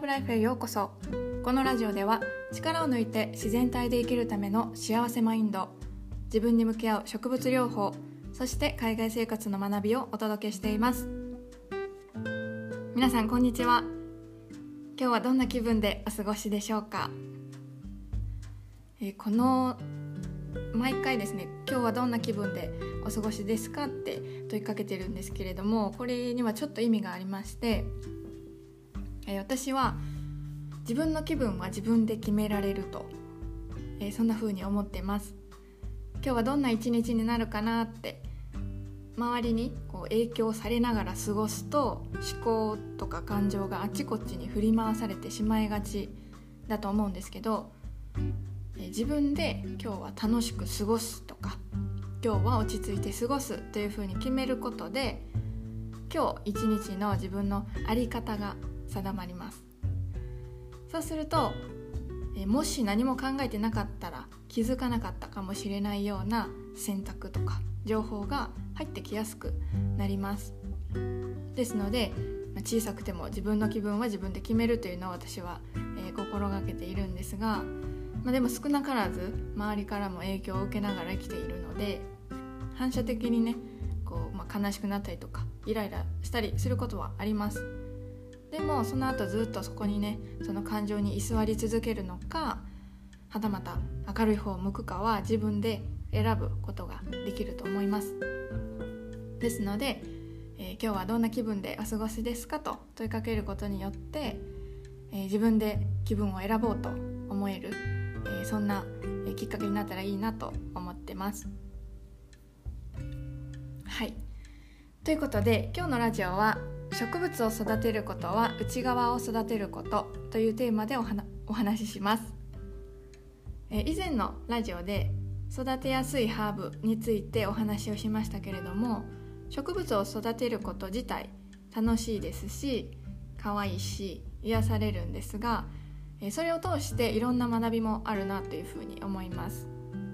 ブライフへようこそ。このラジオでは力を抜いて自然体で生きるための幸せマインド、自分に向き合う植物療法、そして海外生活の学びをお届けしています。皆さんこんにちは。今日はどんな気分でお過ごしでしょうか。この毎回ですね、今日はどんな気分でお過ごしですかって問いかけてるんですけれども、これにはちょっと意味がありまして、私は自分の気分は自分で決められると、そんな風に思ってます。今日はどんな一日になるかなって周りに影響されながら過ごすと、思考とか感情があっちこっちに振り回されてしまいがちだと思うんですけど、自分で今日は楽しく過ごすとか、今日は落ち着いて過ごすという風に決めることで、今日一日の自分の在り方が定まります。そうすると、もし何も考えてなかったら気づかなかったかもしれないような選択とか情報が入ってきやすくなります。ですので、小さくても自分の気分は自分で決めるというのを私は、心がけているんですが、でも少なからず周りからも影響を受けながら生きているので、反射的にね悲しくなったりとかイライラしたりすることはあります。でもその後ずっとそこにね、その感情に居座り続けるのか、はたまた明るい方を向くかは自分で選ぶことができると思います。ですので、今日はどんな気分でお過ごしですかと問いかけることによって、自分で気分を選ぼうと思える、そんなきっかけになったらいいなと思ってます。はい、ということで今日のラジオは植物を育てることは内側を育てることというテーマでお話しします。以前のラジオで育てやすいハーブについてお話をしましたけれども、植物を育てること自体楽しいですし可愛いし癒されるんですが、それを通していろんな学びもあるなというふうに思います。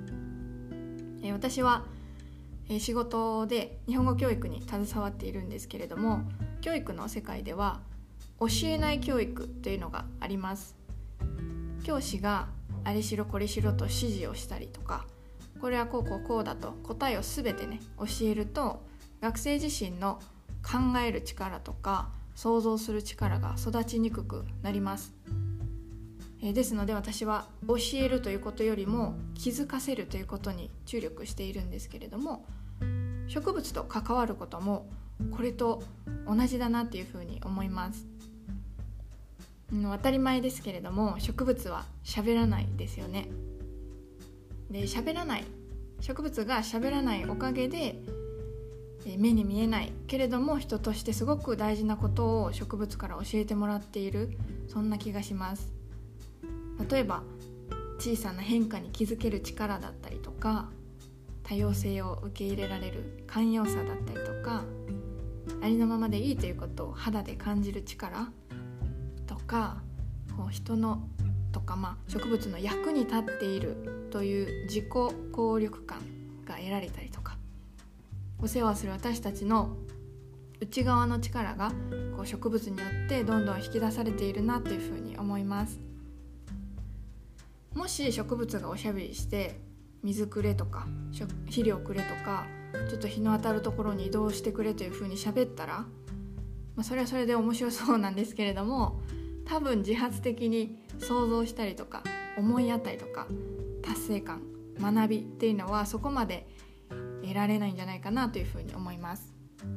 私は仕事で日本語教育に携わっているんですけれども、教育の世界では教えない教育というのがあります。教師があれしろこれしろと指示をしたりとか、これはこうこうこうだと答えをすべてね教えると、学生自身の考える力とか想像する力が育ちにくくなります。ですので私は教えるということよりも気づかせるということに注力しているんですけれども、植物と関わることもこれと同じだなっていうふうに思います。当たり前ですけれども、植物は喋らないですよね。で、植物が喋らないおかげで、目に見えないけれども人としてすごく大事なことを植物から教えてもらっている、そんな気がします。例えば小さな変化に気づける力だったりとか、多様性を受け入れられる寛容さだったりとか、ありのままでいいということを肌で感じる力とか、人のとか、植物の役に立っているという自己効力感が得られたりとか、お世話する私たちの内側の力が植物によってどんどん引き出されているなというふうに思います。もし植物がおしゃべりして水くれとか肥料くれとか、ちょっと日の当たるところに移動してくれというふうに喋ったら、それはそれで面白そうなんですけれども、多分自発的に想像したりとか思いやったりとか達成感、学びっていうのはそこまで得られないんじゃないかなというふうに思います。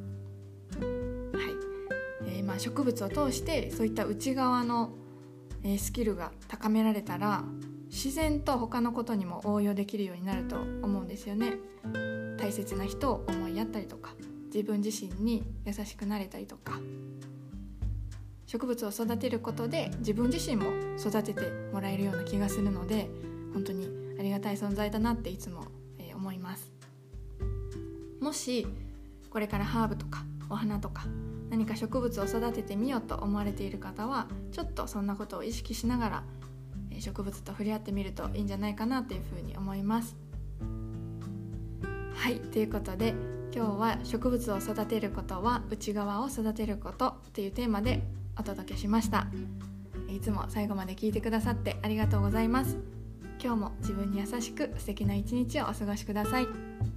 はい、植物を通してそういった内側のスキルが高められたら、自然と他のことにも応用できるようになると思うんですよね。大切な人を思いやったりとか、自分自身に優しくなれたりとか、植物を育てることで自分自身も育ててもらえるような気がするので、本当にありがたい存在だなっていつも思います。もしこれからハーブとかお花とか何か植物を育ててみようと思われている方は、ちょっとそんなことを意識しながら植物と触れ合ってみるといいんじゃないかなというふうに思います。はい、ということで今日は植物を育てることは内側を育てることというテーマでお届けしました。 いつも最後まで聞いてくださってありがとうございます。今日も自分に優しく素敵な一日をお過ごしください。